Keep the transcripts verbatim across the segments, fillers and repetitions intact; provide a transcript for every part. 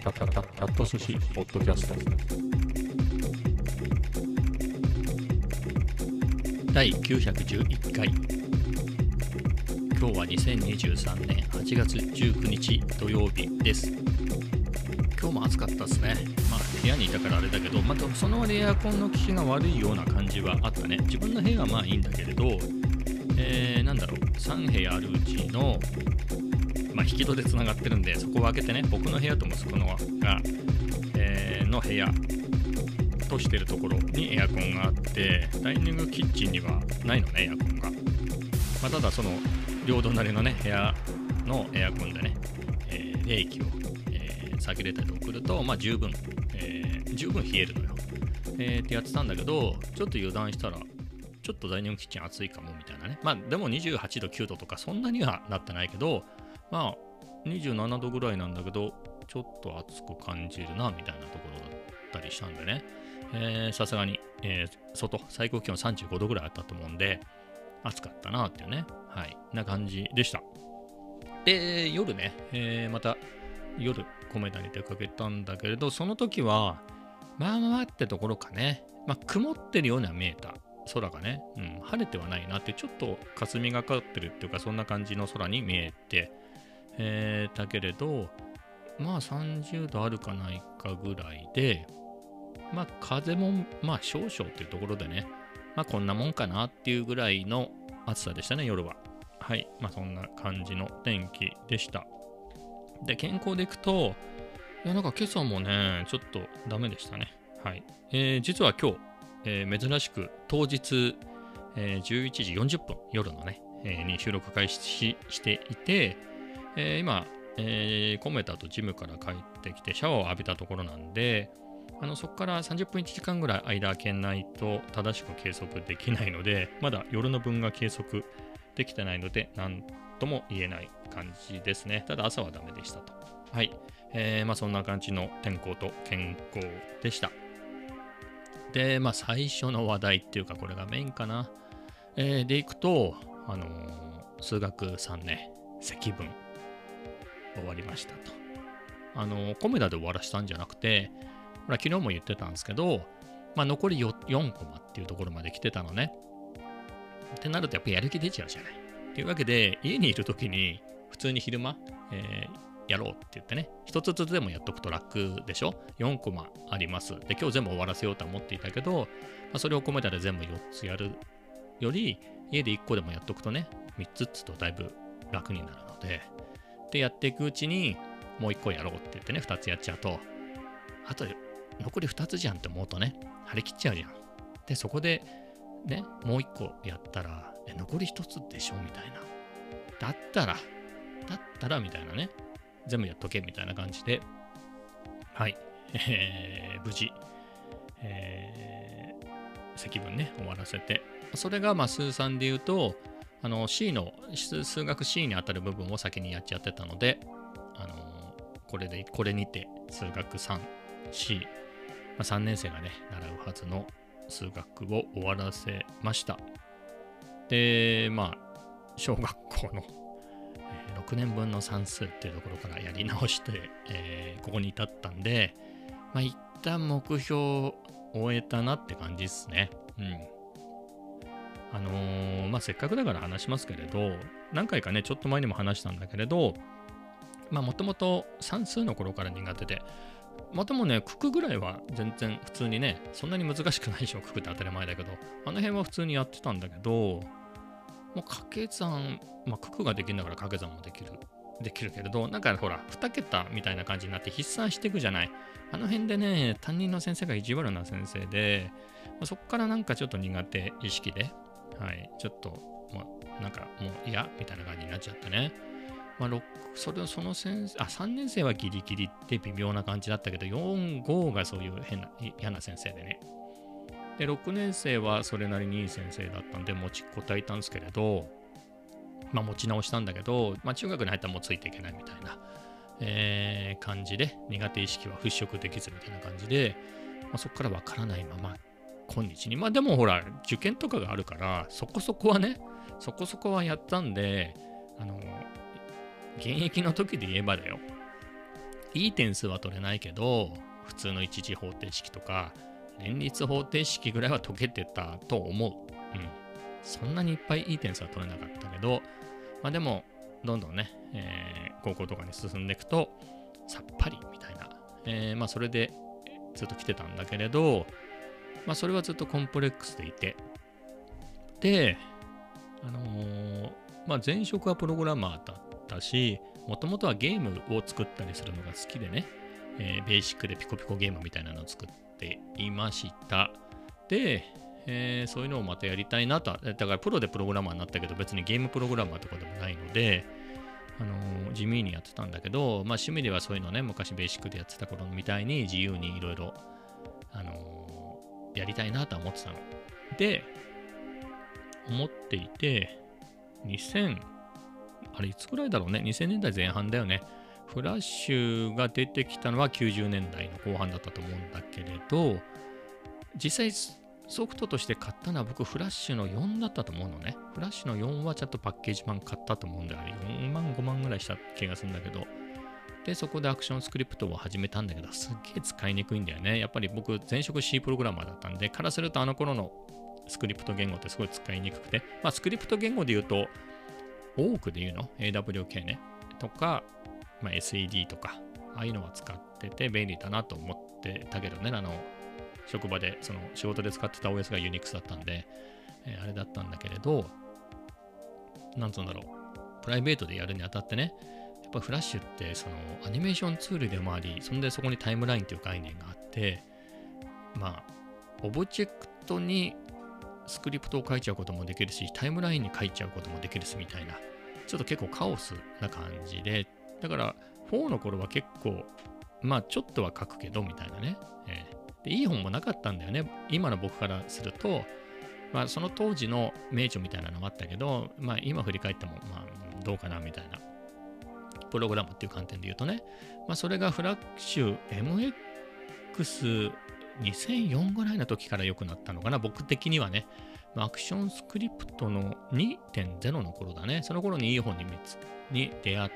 キャキャキャキャット寿司ポッドキャストだいきゅうひゃくじゅういっかい。今日はにせんにじゅうさんねんはちがつじゅうくにち土曜日です。今日も暑かったですね。まあ部屋にいたからあれだけど、またその割エアコンの効きが悪いような感じはあったね。自分の部屋はまあいいんだけれど、えー、なんだろう、さんへやあるうちの、まあ引き戸でつながってるんで、そこを開けてね、僕の部屋と息子のが、えー、の部屋としてるところにエアコンがあって、ダイニングキッチンにはないのね、エアコンが。まあ、ただその両隣のね部屋のエアコンでね、えー、冷気を、えー、サーキュレーターで送ると、まあ、十分、えー、十分冷えるのよ、えー、ってやってたんだけど、ちょっと油断したらちょっとダイニングキッチン暑いかもみたいなね。まあでもにじゅうはちどきゅうどとかそんなにはなってないけど、まあにじゅうななどぐらいなんだけど、ちょっと暑く感じるなみたいなところだったりしたんでね、さすがに、えー、外最高気温さんじゅうごどぐらいあったと思うんで、暑かったなっていうね、はい、な感じでした。で、夜ね、えー、また夜、米田に出かけたんだけれど、その時は、まあまあってところかね、まあ、曇ってるようには見えた、空がね、うん、晴れてはないなって、ちょっと霞がかってるっていうか、そんな感じの空に見えて、えー、だけれど、まあさんじゅうどあるかないかぐらいで、まあ風もまあ少々っていうところでね、まあこんなもんかなっていうぐらいの暑さでしたね、夜は。はい。まあそんな感じの天気でした。で、健康でいくと、いやなんか今朝もね、ちょっとダメでしたね。はい。えー、実は今日、えー、珍しく当日、えー、じゅういちじよんじゅっぷん、夜のね、えー、に収録開始していて、えー、今、えー、コメダとジムから帰ってきてシャワーを浴びたところなんで、あのそこからさんじゅっぷんいちじかんぐらい間空けないと正しく計測できないので、まだ夜の分が計測できてないので何とも言えない感じですね。ただ朝はダメでしたと。はい、えー、まあそんな感じの天候と健康でした。で、まあ最初の話題っていうかこれがメインかな、えー、でいくと、あのー、数学さんねん積分終わりましたと。あのー、コメダで終わらせたんじゃなくて、ほら昨日も言ってたんですけど、まあ、残り よんコマっていうところまで来てたのね。ってなるとやっぱりやる気出ちゃうじゃない。というわけで、家にいるときに普通に昼間、えー、やろうって言ってね、一つずつでもやっとくと楽でしょ。よんコマあります。で、今日全部終わらせようと思っていたけど、まあ、それを込めたら全部よっつやるより、家でいっこでもやっとくとね、みっつっつとだいぶ楽になるので、で、やっていくうちにもういっこやろうって言ってね、ふたつやっちゃうと、あと残りふたつじゃんって思うとね、張り切っちゃうじゃん。で、そこでね、もういっこやったら、え残りひとつでしょみたいな。だったら、だったらみたいなね、全部やっとけみたいな感じで、はい、えー、無事、えー、積分ね、終わらせて、それがまあ数さんで言うと、あの C の、数学 C に当たる部分を先にやっちゃってたので、あのこれで、これにて数学さん、C、まあ、さんねん生がね、習うはずの数学を終わらせました。で、まあ、小学校の、えー、ろくねんぶんの算数っていうところからやり直して、えー、ここに至ったんで、まあ、一旦目標を終えたなって感じですね。うん。あのー、まあ、せっかくだから話しますけれど、何回かね、ちょっと前にも話したんだけれど、まあ、もともと算数の頃から苦手で、まあでもね、九九ぐらいは全然普通にね、そんなに難しくないでしょ、九九って当たり前だけど、あの辺は普通にやってたんだけど、もう掛け算、まあ九九ができるんだから掛け算もできる、できるけれど、なんかほら、に桁みたいな感じになって筆算していくじゃない。あの辺でね、担任の先生が意地悪な先生で、まあ、そこからなんかちょっと苦手意識で、はい、ちょっと、まあ、なんかもう嫌みたいな感じになっちゃってね。まあ、それその先生、あ、さんねん生はギリギリって微妙な感じだったけど、よん、ごがそういう変な、嫌な先生でね。で、ろくねん生はそれなりにいい先生だったんで、持ちこたえたんですけれど、まあ持ち直したんだけど、まあ中学に入ったらもうついていけないみたいな、えー、感じで、苦手意識は払拭できずみたいな感じで、まあ、そこからわからないまま、今日に。まあでもほら、受験とかがあるから、そこそこはね、そこそこはやったんで、あの、現役の時で言えばだよ。 いい点数は取れないけど、普通の一次方程式とか連立方程式ぐらいは解けてたと思う。うん。そんなにいっぱいいい点数は取れなかったけど、まあでも、どんどんね、えー、高校とかに進んでいくと、さっぱりみたいな。えー、まあそれでずっと来てたんだけれど、まあそれはずっとコンプレックスでいて。で、あのー、まあ前職はプログラマーだったし、もともとはゲームを作ったりするのが好きでね、えー、ベーシックでピコピコゲームみたいなのを作っていました。で、えー、そういうのをまたやりたいなと。だからプロでプログラマーになったけど、別にゲームプログラマーとかでもないので、あのー、地味にやってたんだけど、まあ趣味ではそういうのね、昔ベーシックでやってた頃みたいに自由にいろいろ、あのー、やりたいなとは思ってたの。で、思っていて、にせん、あれいつぐらいだろうね、にせんねんだいぜん半だよね。フラッシュが出てきたのはきゅうじゅうねんだいの後半だったと思うんだけれど、実際ソフトとして買ったのは僕フラッシュのよんだったと思うのね。フラッシュのよんはちゃんとパッケージ版買ったと思うんだよ。あれよんまんごまんぐらいした気がするんだけど。で、そこでアクションスクリプトを始めたんだけど、すっげえ使いにくいんだよね。やっぱり僕前職 C プログラマーだったんで、からするとあの頃のスクリプト言語ってすごい使いにくくて、まあスクリプト言語で言うと、多くで言うの エーダブリューケー ね。とか、まあ、エスイーディー とか、ああいうのは使ってて便利だなと思ってたけどね、あの、職場で、その仕事で使ってた オーエス が Unix だったんで、えー、あれだったんだけれど、なんつうんだろう、プライベートでやるにあたってね、やっぱフラッシュってそのアニメーションツールでもあり、そんでそこにタイムラインという概念があって、まあ、オブジェクトにスクリプトを書いちゃうこともできるし、タイムラインに書いちゃうこともできるしみたいな、ちょっと結構カオスな感じで、だからフォーの頃は結構、まあちょっとは書くけどみたいなね、えー、で、いい本もなかったんだよね。今の僕からすると、まあその当時の名著みたいなのもあったけど、まあ今振り返っても、まあどうかなみたいな。プログラムっていう観点で言うとね、まあそれがフラッシュ エムエックスにせんよん ぐらいの時から良くなったのかな、僕的にはね。アクションスクリプトの にてんゼロ の頃だね。その頃にいい本に見つに出会って、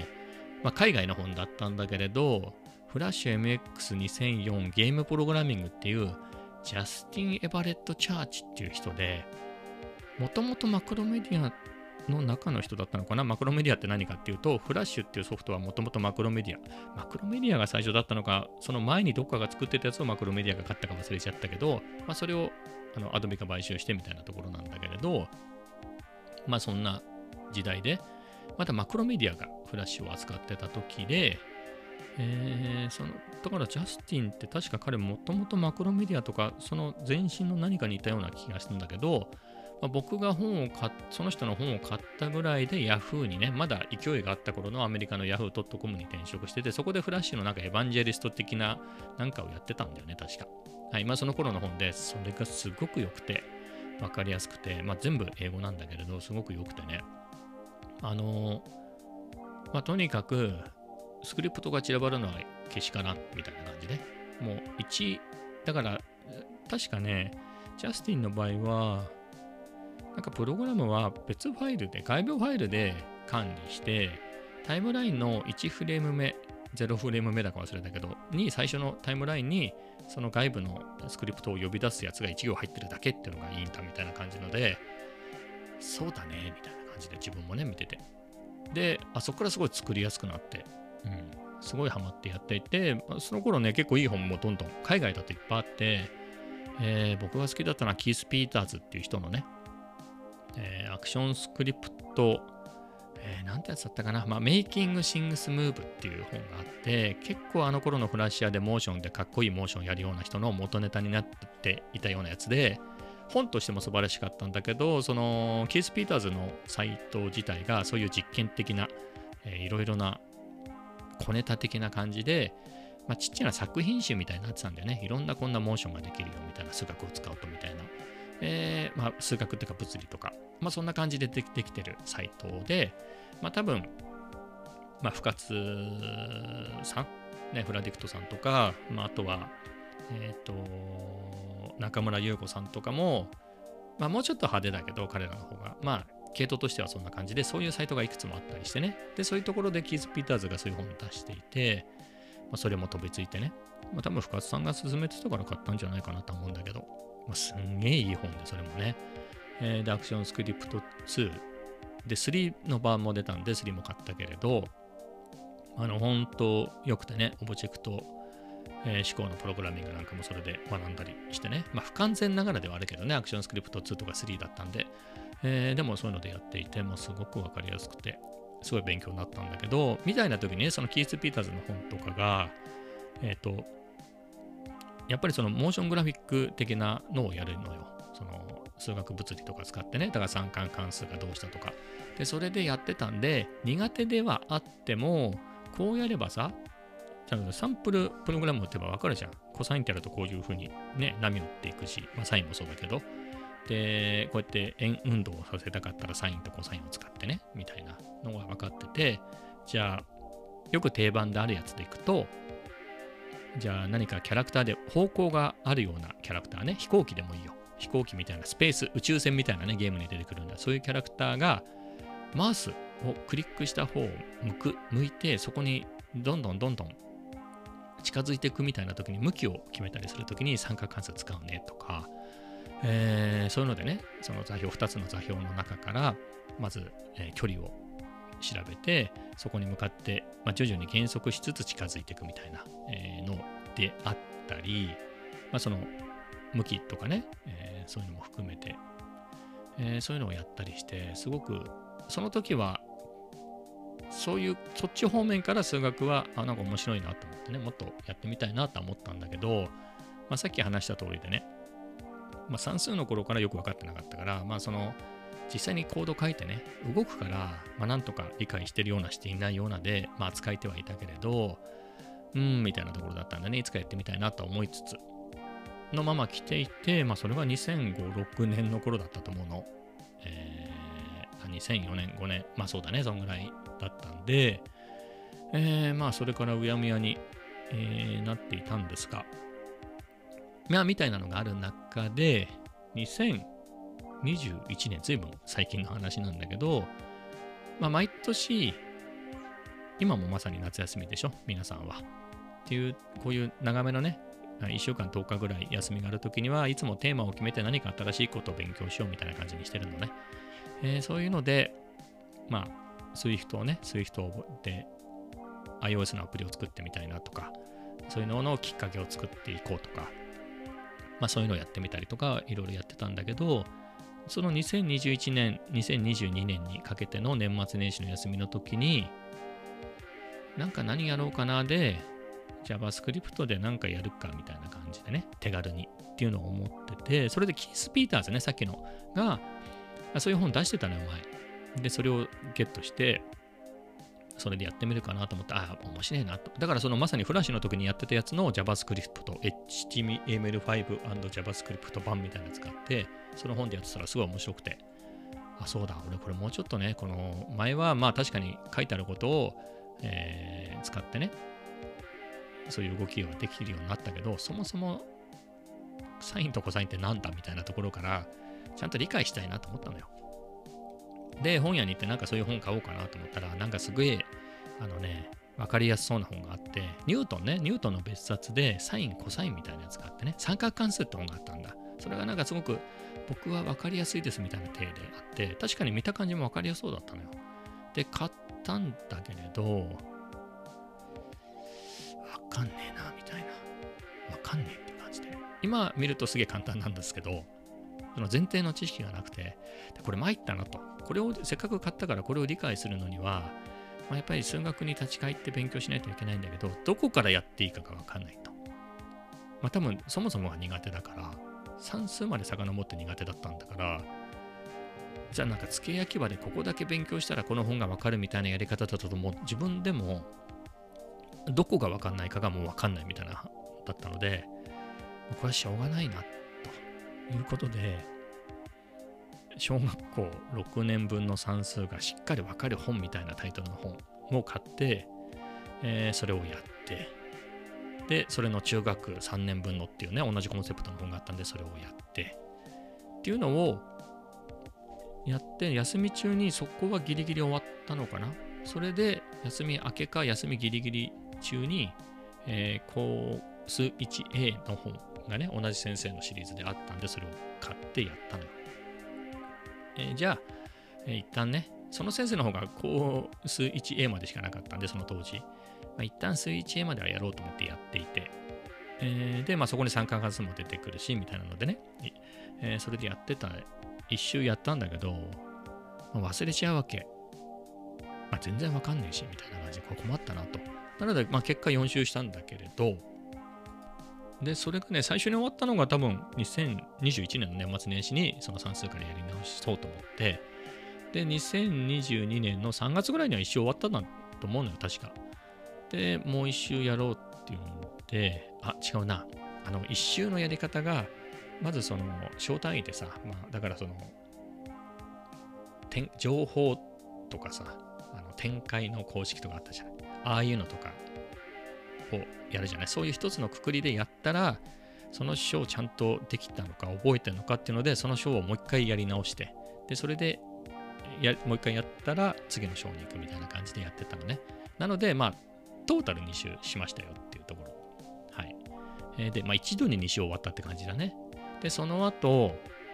まあ、海外の本だったんだけれど、フラッシュ エムエックスにせんよん ゲームプログラミングっていう、ジャスティン・エバレット・チャーチっていう人で、もともとマクロメディアの中の人だったのかな。マクロメディアって何かっていうと、フラッシュっていうソフトはもともとマクロメディア。マクロメディアが最初だったのか、その前にどっかが作ってたやつをマクロメディアが買ったか忘れちゃったけど、まあ、それをあのアドビが買収してみたいなところなんだけれど、まあそんな時代で、またマクロメディアがフラッシュを扱ってた時で、えー、そのだからジャスティンって確か彼もともとマクロメディアとかその前身の何かにいたような気がするんだけど、まあ、僕が本を買っその人の本を買ったぐらいで Yahoo にね、まだ勢いがあった頃のアメリカの ヤフードットコム に転職してて、そこでフラッシュのなんかエヴァンジェリスト的ななんかをやってたんだよね、確か。はい、まあその頃の本で、それがすごく良くて、わかりやすくて、まあ全部英語なんだけれど、すごく良くてね。あのー、まあとにかく、スクリプトが散らばるのはけしからんみたいな感じで、もういち、だから確かね、ジャスティンの場合は、なんかプログラムは別ファイルで、外部ファイルで管理して、タイムラインのいちフレーム目、ゼロフレーム目だか忘れたけど、に最初のタイムラインにその外部のスクリプトを呼び出すやつがいち行入ってるだけっていうのがいいんだみたいな感じので、そうだねみたいな感じで自分もね見てて。で、あそこからすごい作りやすくなって、うん、すごいハマってやっていて、その頃ね、結構いい本もどんどん海外だといっぱいあって、えー、僕が好きだったのはキース・ピーターズっていう人のね、えー、アクションスクリプト、えー、なんてやつだったかな、まあ、メイキング・シングス・ムーブっていう本があって、結構あの頃のフラッシュアでモーションでかっこいいモーションやるような人の元ネタになっていたようなやつで、本としても素晴らしかったんだけど、そのキース・ピーターズのサイト自体がそういう実験的な、えー、いろいろな小ネタ的な感じで、まあ、ちっちゃな作品集みたいになってたんだよね。いろんなこんなモーションができるよみたいな、数学を使うとみたいな。えーまあ、数学っていうか物理とか、まあ、そんな感じでできてるサイトで、まあ、多分、まあ、深津さん、ね、フラディクトさんとか、まあ、あとは、えっと、中村優子さんとかも、まあ、もうちょっと派手だけど、彼らの方が、まあ、系統としてはそんな感じで、そういうサイトがいくつもあったりしてね。で、そういうところでキース・ピーターズがそういう本を出していて、 あ、それも飛びついてね、まあ、多分深津さんが勧めてたから買ったんじゃないかなと思うんだけど、まあ、すんげえいい本で、それもね。えー、で、アクションスクリプトツーで、スリーの版も出たんで、スリーも買ったけれど、あの、本当良くてね、オブジェクト、えー、思考のプログラミングなんかもそれで学んだりしてね、まあ、不完全ながらではあるけどね、アクションスクリプトツーとかスリーだったんで、えー、でもそういうのでやっていて、もうすごくわかりやすくて、すごい勉強になったんだけど、みたいな時にね、そのキース・ピーターズの本とかが、えっと、やっぱりそのモーショングラフィック的なのをやるのよ。その数学物理とか使ってね、だから三角関数がどうしたとか。で、それでやってたんで、苦手ではあっても、こうやればさ、サンプルプログラムを打てばわかるじゃん。コサインってやるとこういう風にね、波打っていくし、まあサインもそうだけど、で、こうやって円運動をさせたかったらサインとコサインを使ってね、みたいなのが分かってて、じゃあ、よく定番であるやつでいくと、じゃあ何かキャラクターで方向があるようなキャラクターね、飛行機でもいいよ。飛行機みたいなスペース、宇宙船みたいなね、ゲームに出てくるんだ。そういうキャラクターが、マウスをクリックした方を向く、向いて、そこにどんどんどんどん近づいていくみたいな時に向きを決めたりする時に三角関数使うねとか、えー、そういうのでね、その座標、ふたつの座標の中から、まず、えー、距離を調べて、そこに向かって、まあ、徐々に減速しつつ近づいていくみたいな、えー、のであったり、まあ、その向きとかね、えー、そういうのも含めて、えー、そういうのをやったりして、すごくその時はそういうそっち方面から数学はあなんか面白いなと思ってね、もっとやってみたいなと思ったんだけど、まあ、さっき話した通りでね、まあ、算数の頃からよく分かってなかったから、まあその実際にコード書いてね、動くから、まあ、なんとか理解してるようなしていないようなで、まあ扱えてはいたけれど、うーん、みたいなところだったんだね。いつかやってみたいなと思いつつ、のまま来ていて、まあそれがにせんご、ろくねんの頃だったと思うの。えー、にせんよねん、ごねん、まあそうだね、そんぐらいだったんで、えー、まあそれからうやむやに、えー、なっていたんですが、まあみたいなのがある中で、にせんにじゅういちねん、ずいぶん最近の話なんだけど、まあ毎年、今もまさに夏休みでしょ、皆さんは。っていう、こういう長めのね、いっしゅうかんとおかぐらい休みがあるときには、いつもテーマを決めて何か新しいことを勉強しようみたいな感じにしてるのね。えー、そういうので、まあ、Swift をね、Swift で iOS のアプリを作ってみたいなとか、そういうののきっかけを作っていこうとか、まあそういうのをやってみたりとか、いろいろやってたんだけど、そのにせんにじゅういちねん、にせんにじゅうにねんにかけての年末年始の休みの時に、なんか何やろうかなで、JavaScript で何かやるかみたいな感じでね、手軽にっていうのを思ってて、それでキース・ピーターズね、さっきのが、そういう本出してたのよ、前。で、それをゲットして、それでやってみるかなと思って、ああ、面白いなと。だからそのまさにフラッシュの時にやってたやつの JavaScript、エイチティーエムエルファイブ JavaScript 版みたいなの使って、その本でやってたらすごい面白くて、あ、そうだ、俺これもうちょっとね、この前はまあ確かに書いてあることを、えー、使ってね、そういう動きができるようになったけど、そもそもサインとコサインってなんだみたいなところからちゃんと理解したいなと思ったのよ。で、本屋に行ってなんかそういう本買おうかなと思ったら、なんかすごい、あのね、わかりやすそうな本があって、ニュートンね、ニュートンの別冊でサイン、コサインみたいなやつがあってね、三角関数って本があったんだ。それがなんかすごく僕はわかりやすいですみたいな体であって、確かに見た感じもわかりやすそうだったのよ。で、買ったんだけれど、わかんねえな、みたいな。わかんねえって感じで。今見るとすげえ簡単なんですけど、その前提の知識がなくて、これ参ったなと。これをせっかく買ったからこれを理解するのには、まあ、やっぱり数学に立ち返って勉強しないといけないんだけど、どこからやっていいかがわかんないと。まあ多分そもそもは苦手だから、算数まで遡って苦手だったんだから、じゃあなんか付け焼き場でここだけ勉強したらこの本がわかるみたいなやり方だともう自分でもどこがわかんないかがもうわかんないみたいなだったので、これはしょうがないなということで、小学校ろくねんぶんの算数がしっかりわかる本みたいなタイトルの本を買って、えー、それをやって、で、それの中学さんねんぶんのっていうね、同じコンセプトの本があったんで、それをやって、っていうのをやって、休み中にそこはギリギリ終わったのかな。それで、休み明けか休みギリギリ中に、 えー、コース ワンエー の本がね、同じ先生のシリーズであったんで、それを買ってやったのよ。えー、じゃあ、えー、一旦ね、その先生の方がコース ワンエー までしかなかったんで、その当時。まあ、一旦数 ワンエー まではやろうと思ってやっていて、えー、で、まあそこに参加関数も出てくるし、みたいなのでね、えー、それでやってた、一周やったんだけど、まあ、忘れちゃうわけ。まあ、全然わかんないし、みたいな感じで、これ困ったなと。なので、まあ結果よん周したんだけれど、で、それがね、最初に終わったのが多分にせんにじゅういちねんの年末年始にその算数からやり直そうと思って、で、にせんにじゅうにねんのさんがつぐらいには一周終わったんだと思うのよ、確か。で、もう一周やろうっていうんで、あ、違うな。あの、一周のやり方が、まずその、小単位でさ、まあ、だからその、情報とかさ、あの展開の公式とかあったじゃない。ああいうのとかをやるじゃない。そういう一つのくくりでやったら、その章ちゃんとできたのか覚えてるのかっていうので、その章をもう一回やり直して、で、それでやもう一回やったら次の章に行くみたいな感じでやってたのね。なので、まあ、トータルに周しましたよっていうところ。はい。えー、で、まあ、一度にに周終わったって感じだね。で、その後、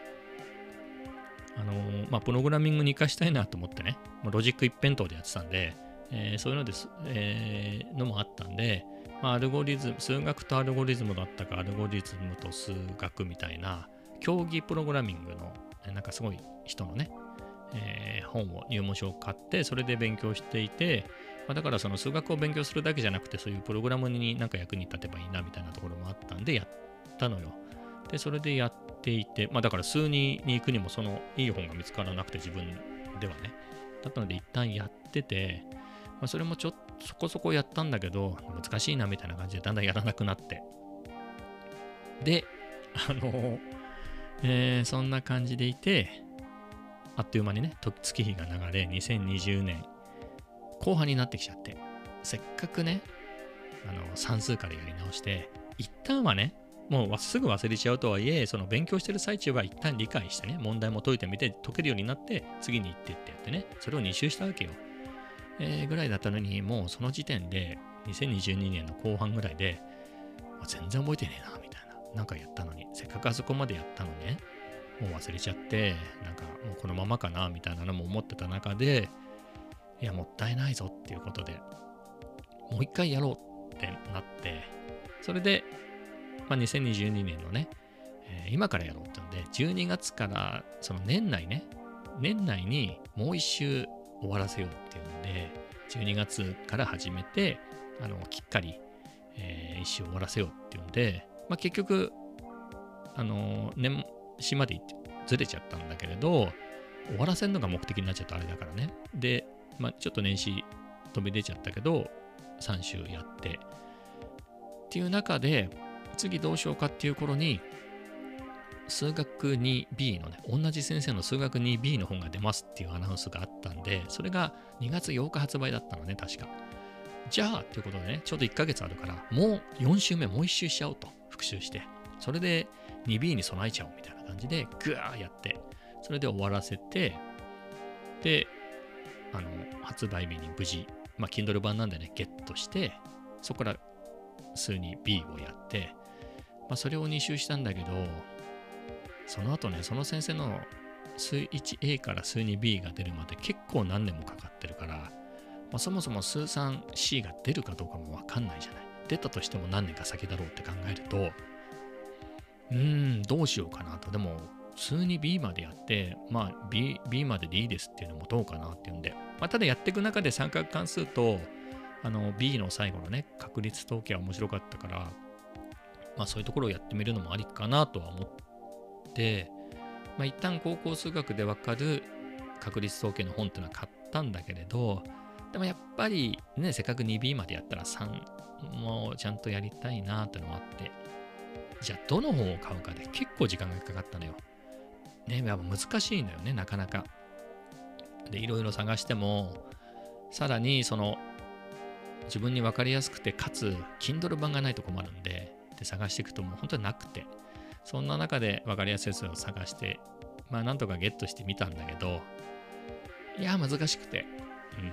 あのー、まあ、プログラミングに活かしたいなと思ってね、ロジック一辺倒でやってたんで、えー、そういうのです、えー、のもあったんで、まあ、アルゴリズム、数学とアルゴリズムだったか、アルゴリズムと数学みたいな、競技プログラミングの、なんかすごい人のね、えー、本を、入門書を買って、それで勉強していて、まあ、だからその数学を勉強するだけじゃなくて、そういうプログラムになんか役に立てばいいなみたいなところもあったんで、やったのよ。で、それでやっていて、まあだから数にに行くにもそのいい本が見つからなくて自分ではね。だったので一旦やってて、まあ、それもちょっとそこそこやったんだけど、難しいなみたいな感じでだんだんやらなくなって。で、あの、えー、そんな感じでいて、あっという間にね、月日が流れ、にせんにじゅうねん後半になってきちゃって、せっかくね、あの算数からやり直して、一旦はね、もうすぐ忘れちゃうとはいえ、その勉強してる最中は一旦理解してね、問題も解いてみて、解けるようになって、次に行ってってやってね、それをに周したわけよ。えー、ぐらいだったのに、もうその時点で、にせんにじゅうにねんの後半ぐらいで、全然覚えてねえな、みたいな。なんかやったのに、せっかくあそこまでやったのね、もう忘れちゃって、なんかもうこのままかな、みたいなのも思ってた中で、いや、もったいないぞっていうことで、もう一回やろうってなって、それで、まあ、にせんにじゅうにねんのね、えー、今からやろうってんで、じゅうにがつからその年内ね、年内にもう一周終わらせようっていうんで、じゅうにがつから始めて、あのきっかり、えー、一周終わらせようっていうんで、まあ、結局、あのー、年始までずれちゃったんだけれど、終わらせるのが目的になっちゃったあれだからね。で、まあ、ちょっと年始飛び出ちゃったけど、さん周やって、っていう中で、次どうしようかっていう頃に、数学 にビー のね、同じ先生の数学 にビー の本が出ますっていうアナウンスがあったんで、それがにがつようか発売だったのね、確か。じゃあ、っていうことでね、ちょうどいっかげつあるから、もうよん周目もういち周しちゃおうと、復習して。それで にビー に備えちゃおうみたいな感じで、ぐわーやって、それで終わらせて、で、あの、発売日に無事、まあ、Kindle 版なんでね、ゲットして、そこから数 にビー をやって、まあ、それをに周したんだけど、その後ね、その先生の数 いちエー から数 にビー が出るまで結構何年もかかってるから、まあ、そもそも数 さんシー が出るかどうかもわかんないじゃない。出たとしても何年か先だろうって考えると、うーん、どうしようかなと。でも、数 にビー までやって、まあ B, B まででいいですっていうのもどうかなっていうんで、まあ、ただやっていく中で三角関数と、あの B の最後のね、確率統計は面白かったから、まあそういうところをやってみるのもありかなとは思って、まあ一旦高校数学でわかる確率統計の本っていうのは買ったんだけれど、でもやっぱりね、せっかく にビー までやったらさんもちゃんとやりたいなっていうのもあって、じゃあどの本を買うかで結構時間がかかったのよ。ね、やっぱ難しいんだよね、なかなか。で、いろいろ探しても、さらにその自分に分かりやすくて、かつ Kindle 版がないと困るんで、で探していくともう本当になくて、そんな中で分かりやすいやつを探して、まあなんとかゲットしてみたんだけど、いや難しくて、うん、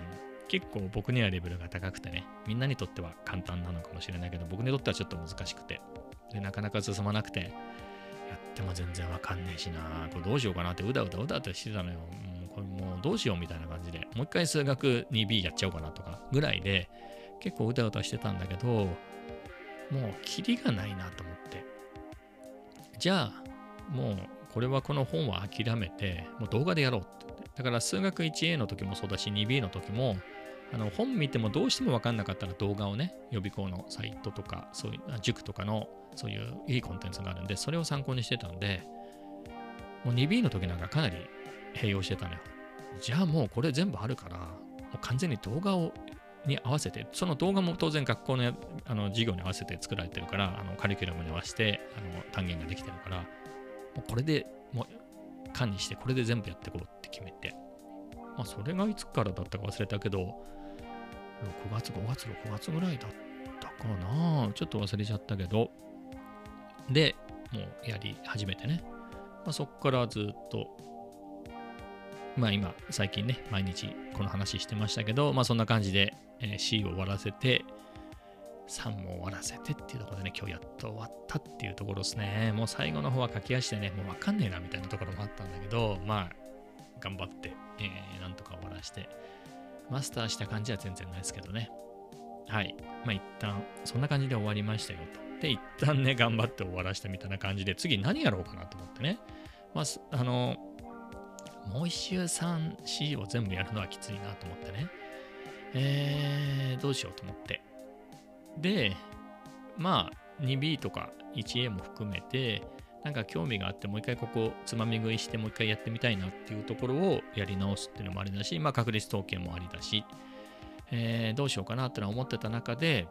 結構僕にはレベルが高くてね、みんなにとっては簡単なのかもしれないけど、僕にとってはちょっと難しくて、でなかなか進まなくて、やっても全然わかんねえしな、これどうしようかなってうだうだうだってしてたのよ。うん、これもうどうしようみたいな感じで、もう一回数学 にビー やっちゃおうかなとかぐらいで、結構うだうだしてたんだけど、もうキリがないなと思って。じゃあ、もうこれはこの本は諦めて、もう動画でやろうって。だから数学 いちエー の時もそうだし、にビー の時も、あの本見てもどうしても分かんなかったら動画をね、予備校のサイトとか、そういう塾とかのそういういいコンテンツがあるんで、それを参考にしてたんで、もう にビー の時なんかかなり併用してたのよ。じゃあもうこれ全部あるから、もう完全に動画をに合わせて、その動画も当然学校の、あの授業に合わせて作られてるから、あのカリキュラムに合わせてあの単元ができてるから、もうこれでもう管理して、これで全部やっていこうって決めて、まあそれがいつからだったか忘れたけど、ろくがつ、ごがつ、ろくがつぐらいだったかな。ちょっと忘れちゃったけど。で、もうやり始めてね。まあ、そっからずっと、まあ今、最近ね、毎日この話してましたけど、まあそんな感じで、えー、C を終わらせて、さんも終わらせてっていうところでね、今日やっと終わったっていうところですね。もう最後の方は駆け足でね、もうわかんねえなみたいなところもあったんだけど、まあ、頑張って、えー、なんとか終わらして、マスターした感じは全然ないですけどね。はい。まあ一旦、そんな感じで終わりましたよと。で、一旦ね、頑張って終わらしたみたいな感じで、次何やろうかなと思ってね。まあ、あの、もう一周 さん、C を全部やるのはきついなと思ってね。えー、どうしようと思って。で、まあ、にビー とか いちエー も含めて、なんか興味があって、もう一回ここつまみ食いしてもう一回やってみたいなっていうところをやり直すっていうのもありだし、まあ確率統計もありだし、えー、どうしようかなってのは思ってた中で、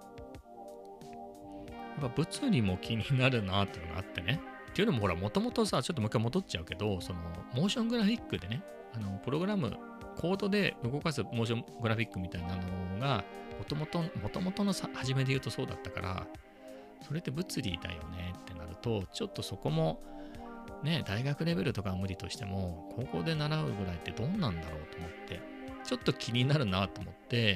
やっぱ物理も気になるなっていうのがあってね。っていうのもほら、もともとさ、ちょっともう一回戻っちゃうけど、その、モーショングラフィックでね、あの、プログラム、コードで動かすモーショングラフィックみたいなのが、もともと、もともとのさ初めで言うとそうだったから、それって物理だよねってなると、ちょっとそこも、ね、大学レベルとかは無理としても、高校で習うぐらいってどんなんだろうと思って、ちょっと気になるなと思って、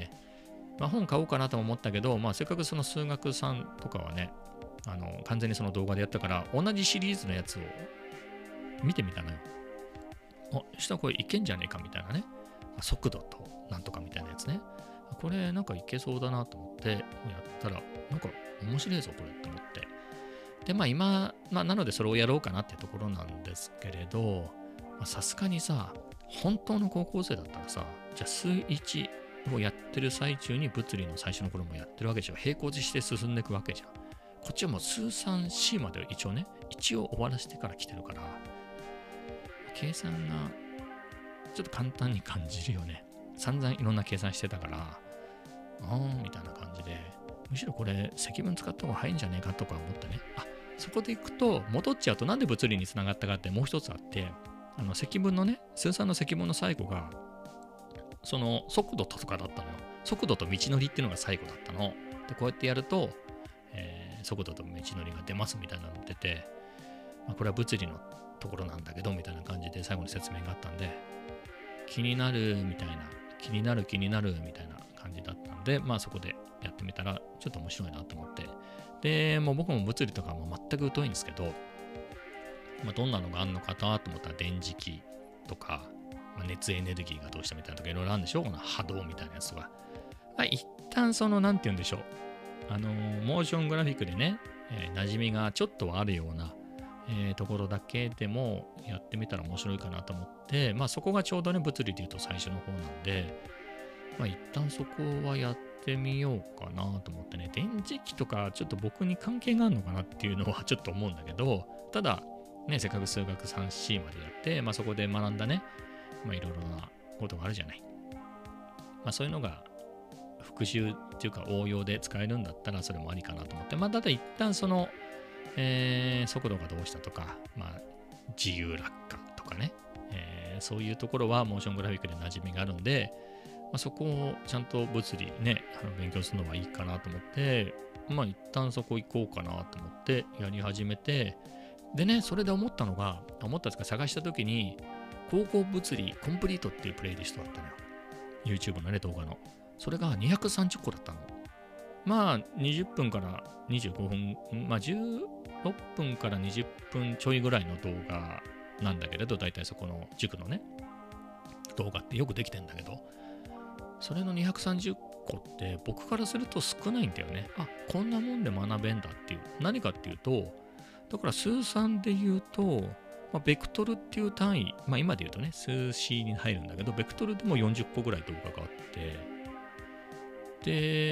まあ、本買おうかなとも思ったけど、まあ、せっかくその数学さんとかはね、あの完全にその動画でやったから、同じシリーズのやつを見てみたのよ。あ、下これいけんじゃねえかみたいなね。速度となんとかみたいなやつね。これなんかいけそうだなと思ってやったら、なんか面白いぞこれと思って。で、まあ今、まあなのでそれをやろうかなってところなんですけれど、さすがにさ、本当の高校生だったらさ、じゃあ数いちをやってる最中に物理の最初の頃もやってるわけじゃん。並行して進んでいくわけじゃん。こっちはもう数 さんシー まで一応ね、一応終わらせてから来てるから、計算がちょっと簡単に感じるよね。散々いろんな計算してたから、あーみたいな感じで、むしろこれ積分使った方が早いんじゃねえかとか思ってね。あ、そこでいくと、戻っちゃうとなんで物理につながったかってもう一つあって、あの積分のね、数さんの積分の最後が、その速度とかだったのよ。速度と道のりっていうのが最後だったの。で、こうやってやると、えー、速度と道のりが出ますみたいなのが出て、まあ、これは物理のところなんだけどみたいな感じで最後に説明があったんで、気になるみたいな、気になる気になるみたいな感じだったんで、まあそこでやってみたらちょっと面白いなと思って、で、もう僕も物理とかも全く疎いんですけど、まあ、どんなのがあるのかなと思ったら電磁気とか、まあ、熱エネルギーがどうしたみたいなとかいろいろあるんでしょう、この波動みたいなやつとか。まあ、一旦その、なんて言うんでしょう。あのー、モーショングラフィックでね、えー、馴染みがちょっとはあるような、えー、ところだけでもやってみたら面白いかなと思って、まあそこがちょうどね、物理で言うと最初の方なんで、まあ一旦そこはやってみようかなと思ってね、電磁気とかちょっと僕に関係があるのかなっていうのはちょっと思うんだけど、ただ、ね、せっかく数学 さんシー までやって、まあそこで学んだね、まあいろいろなことがあるじゃない。まあそういうのが復習っていうか応用で使えるんだったらそれもありかなと思って、まあただ一旦その、えー、速度がどうしたとか、まあ自由落下とかね、えー、そういうところはモーショングラフィックで馴染みがあるんで、まあ、そこをちゃんと物理ね、あの勉強するのはいいかなと思って、まあ一旦そこ行こうかなと思ってやり始めて、でね、それで思ったのが、思ったんですか、探したときに、高校物理コンプリートっていうプレイリストだったのよ。YouTube のね、動画の。 それがにひゃくさんじゅっこだったの。まあにじゅっぷんからにじゅうごふん、まあじゅうろっぷんからにじゅっぷんちょいぐらいの動画なんだけれど、だいたいそこの塾のね、動画ってよくできてんだけど、それのにひゃくさんじゅっこって僕からすると少ないんだよね。あ、こんなもんで学べんだっていう。何かっていうと、だから数算で言うと、まあ、ベクトルっていう単位、まあ今で言うとね、数 C に入るんだけど、ベクトルでもよんじゅっこぐらい動画があって、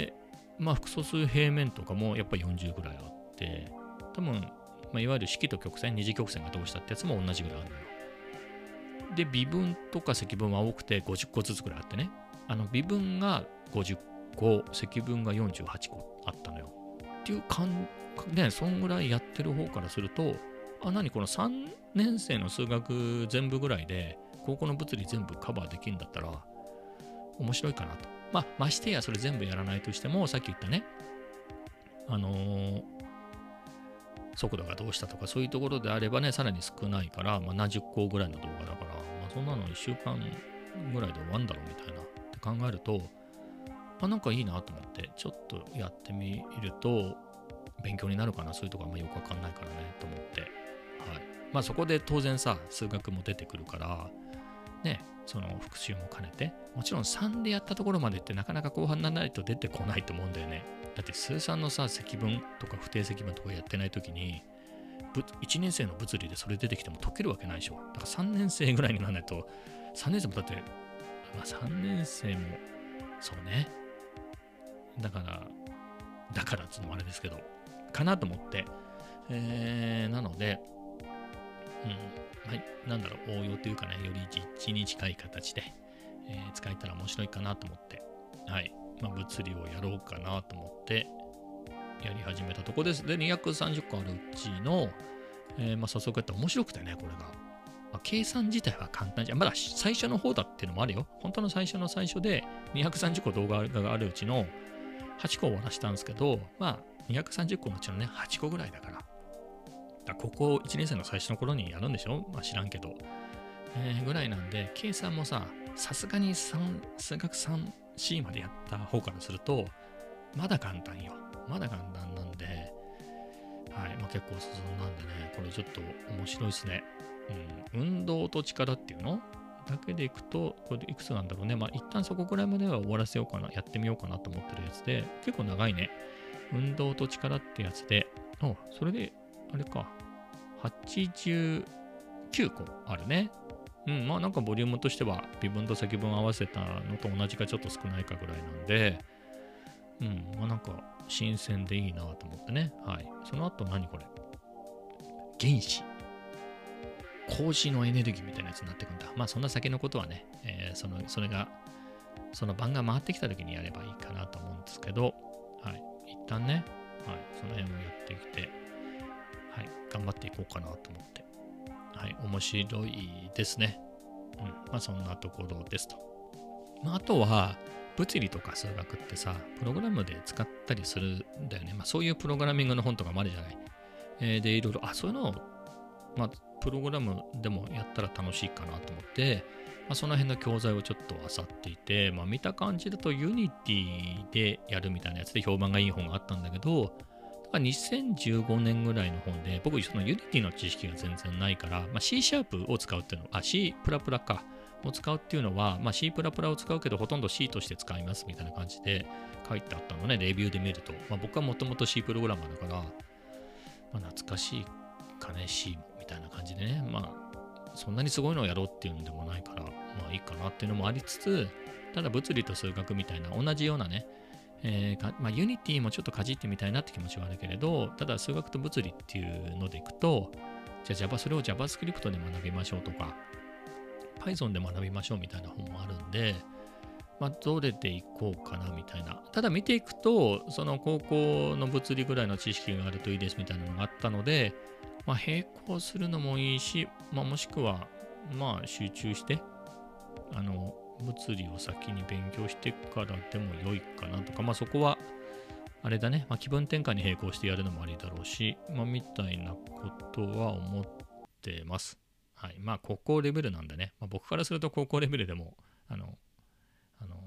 で、まあ複素数平面とかもやっぱりよんじゅうぐらいあって、多分、まあ、いわゆる式と曲線、二次曲線がどうしたってやつも同じぐらいあるのよ。で、微分とか積分は多くてごじゅっこずつぐらいあってね、あの微分がごじゅっこ、積分がよんじゅうはちこあったのよ。っていう感覚ね、そんぐらいやってる方からすると、あ、何このさんねん生の数学全部ぐらいで、高校の物理全部カバーできるんだったら、面白いかなと。まあ、ましてやそれ全部やらないとしても、さっき言ったね、あのー、速度がどうしたとか、そういうところであればね、さらに少ないから、まあ、何十個ぐらいの動画だから、まあ、そんなのいっしゅうかんぐらいで終わんだろうみたいなって考えると、あ、なんかいいなと思って、ちょっとやってみると、勉強になるかな、そういうとこあんまよくわかんないからね、と思って。はい。まあそこで当然さ、数学も出てくるから、ね、その復習も兼ねて、もちろんさんでやったところまでってなかなか後半にならないと出てこないと思うんだよね。だって数さんのさ、積分とか不定積分とかやってないときに、いちねん生の物理でそれ出てきても解けるわけないでしょ。だからさんねん生ぐらいにならないと、さんねん生もだって、まあさんねん生も、そうね。だから、だからっつうのもあれですけど、かなと思って、えー、なので、うん、はい、なんだろう、応用というかね、より実地に近い形で、えー、使えたら面白いかなと思って、はい、まあ、物理をやろうかなと思って、やり始めたとこです。で、にひゃくさんじゅっこあるうちの、えー、まあ、早速やったら面白くてね、これが。まあ、計算自体は簡単じゃん。まだ最初の方だっていうのもあるよ。本当の最初の最初でにひゃくさんじゅっこ動画があるうちのはちこ終わらしたんですけど、まあ、にひゃくさんじゅっこのうちのね、はちこぐらいだから。だからここいちねん生の最初の頃にやるんでしょ？まあ知らんけど。えー、ぐらいなんで、計算もさ、さすがに数学 スリーシー までやった方からすると、まだ簡単よ。まだ簡単なんで、はい、まあ結構進んだんでね、これちょっと面白いですね。うん、運動と力っていうのだけでいくと、これでいくつなんだろうね。まあ一旦そこぐらいまでは終わらせようかな、やってみようかなと思ってるやつで、結構長いね。運動と力ってやつで、お、それで、あれか、はちじゅうきゅうこあるね。うん、まあなんかボリュームとしては、微分と積分合わせたのと同じかちょっと少ないかぐらいなんで、うん、まあなんか新鮮でいいなと思ってね。はい。その後何これ？原子。光子のエネルギーみたいなやつになってくんだ。まあそんな先のことはね、えー、その、それが、その番が回ってきた時にやればいいかなと思うんですけど、はい。一旦ね、はい。その辺をやってきて、はい。頑張っていこうかなと思って。はい。面白いですね。うん。まあそんなところですと。まああとは、物理とか数学ってさ、プログラムで使ったりするんだよね。まあそういうプログラミングの本とかもあるじゃない。えー、で、いろいろ、あ、そういうのを、まあ、プログラムでもやったら楽しいかなと思って、まあ、その辺の教材をちょっと漁っていて、まあ見た感じだと Unity でやるみたいなやつで評判がいい本があったんだけど、にせんじゅうごねんぐらいの本で、僕その Unity の知識が全然ないから、まあ、C シャープを使うっていうの、あ、C プラプラか。を使うっていうのは、まあ、C プラプラを使うけど、ほとんど C として使いますみたいな感じで書いてあったのね、レビューで見ると。まあ、僕はもともと C プログラマーだから、まあ、懐かしいかね、C もみたいな感じでね、まあ、そんなにすごいのをやろうっていうんでもないから、まあいいかなっていうのもありつつ、ただ物理と数学みたいな同じようなね、えーまあ、Unity もちょっとかじってみたいなって気持ちはあるけれど、ただ数学と物理っていうのでいくと、じゃあ Java、それを JavaScript で学びましょうとか、Python で学びましょうみたいな本もあるんで、まあ、どれでいこうかなみたいな。ただ見ていくと、その高校の物理ぐらいの知識があるといいですみたいなのがあったので、まあ、並行するのもいいし、まあ、もしくは、まあ、集中して、あの、物理を先に勉強してからでも良いかなとか、まあ、そこは、あれだね、まあ、気分転換に並行してやるのもありだろうし、まあ、みたいなことは思ってます。はい。まあ、高校レベルなんでね、まあ、僕からすると高校レベルでも、あの、あの、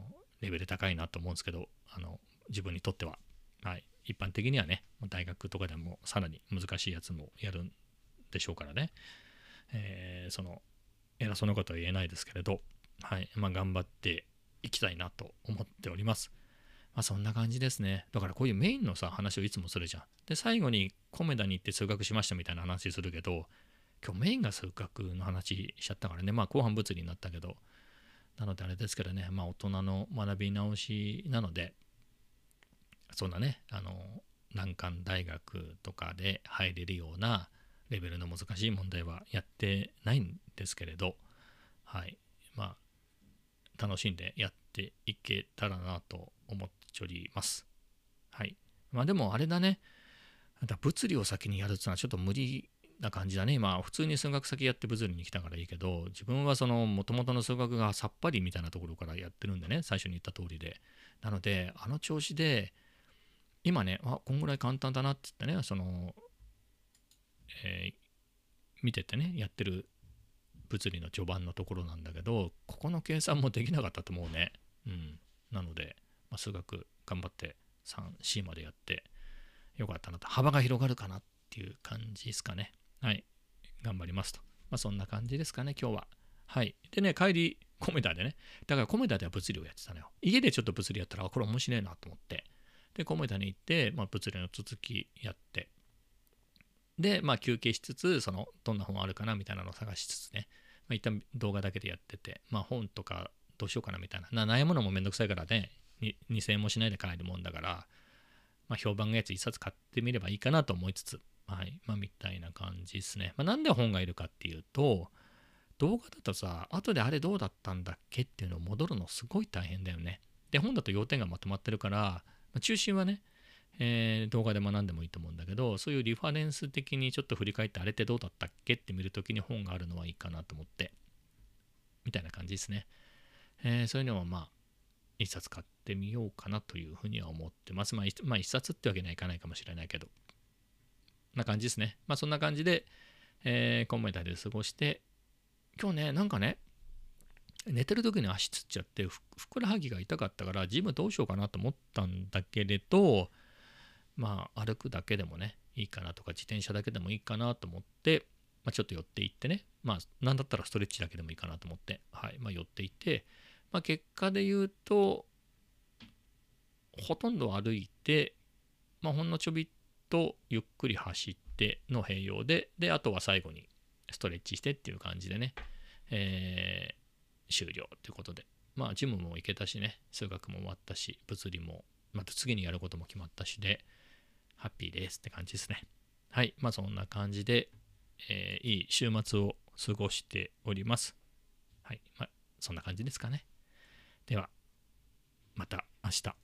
レベル高いなと思うんですけど、あの自分にとっては、はい、一般的にはね、大学とかでもさらに難しいやつもやるんでしょうからね、えー、その偉そうなことは言えないですけれど、はいまあ、頑張っていきたいなと思っております。まあ、そんな感じですね。だからこういうメインのさ話をいつもするじゃん。で最後にコメダに行って数学しましたみたいな話するけど、今日メインが数学の話しちゃったからね、まあ後半物理になったけど、なのであれですけどね、まあ大人の学び直しなので、そんなね、あの難関大学とかで入れるようなレベルの難しい問題はやってないんですけれど、はいまあ楽しんでやっていけたらなと思っております。はいまあでもあれだね、物理を先にやるっていうのはちょっと無理な感じだね。まあ普通に数学先やって物理に来たからいいけど、自分はその元々の数学がさっぱりみたいなところからやってるんでね、最初に言った通りで。なのであの調子で今ね、あこんぐらい簡単だなって言ってね、その、えー、見ててねやってる物理の序盤のところなんだけど、ここの計算もできなかったと思うね。うんなので、まあ、数学頑張って スリーシー までやってよかったなと、幅が広がるかなっていう感じですかね。はい頑張りますと、まあそんな感じですかね今日は。はいでね、帰りコメダでね、だからコメダでは物理をやってたのよ。家でちょっと物理やったらこれ面白いなと思って、でコメダに行って、まあ、物理の続きやって、でまあ休憩しつつ、そのどんな本あるかなみたいなのを探しつつね、まあ、一旦動画だけでやってて、まあ本とかどうしようかなみたいな、な悩むのもめんどくさいからね、にせんえんもしないで買えるもんだから、まあ、評判がやつ一冊買ってみればいいかなと思いつつ、はいまあみたいな感じですね。まあ、なんで本がいるかっていうと、動画だとさ、後であれどうだったんだっけっていうのを戻るのすごい大変だよね。で本だと要点がまとまってるから、まあ、中心はね、えー、動画で学んでもいいと思うんだけど、そういうリファレンス的にちょっと振り返ってあれってどうだったっけって見るときに本があるのはいいかなと思ってみたいな感じですね。えー、そういうのはまあ一冊買ってみようかなというふうには思ってます。まあ、まあ、一冊ってわけにはいかないかもしれないけど、な感じですね。まあそんな感じで、えー、コメダで過ごして、今日ねなんかね寝てる時に足つっちゃってふふくらはぎが痛かったからジムどうしようかなと思ったんだけれど、まあ歩くだけでもねいいかなとか自転車だけでもいいかなと思って、まあ、ちょっと寄っていってね、まあなんだったらストレッチだけでもいいかなと思って、はいまあ、寄っていって、まあ、結果で言うとほとんど歩いて、まあ、ほんのちょびっとゆっくり走っての併用で、であとは最後にストレッチしてっていう感じでね、えー、終了ということで、まあジムも行けたしね、数学も終わったし、物理もまた次にやることも決まったしでハッピーですって感じですね。はいまあそんな感じで、えー、いい週末を過ごしております。はいまあそんな感じですかね。ではまた明日。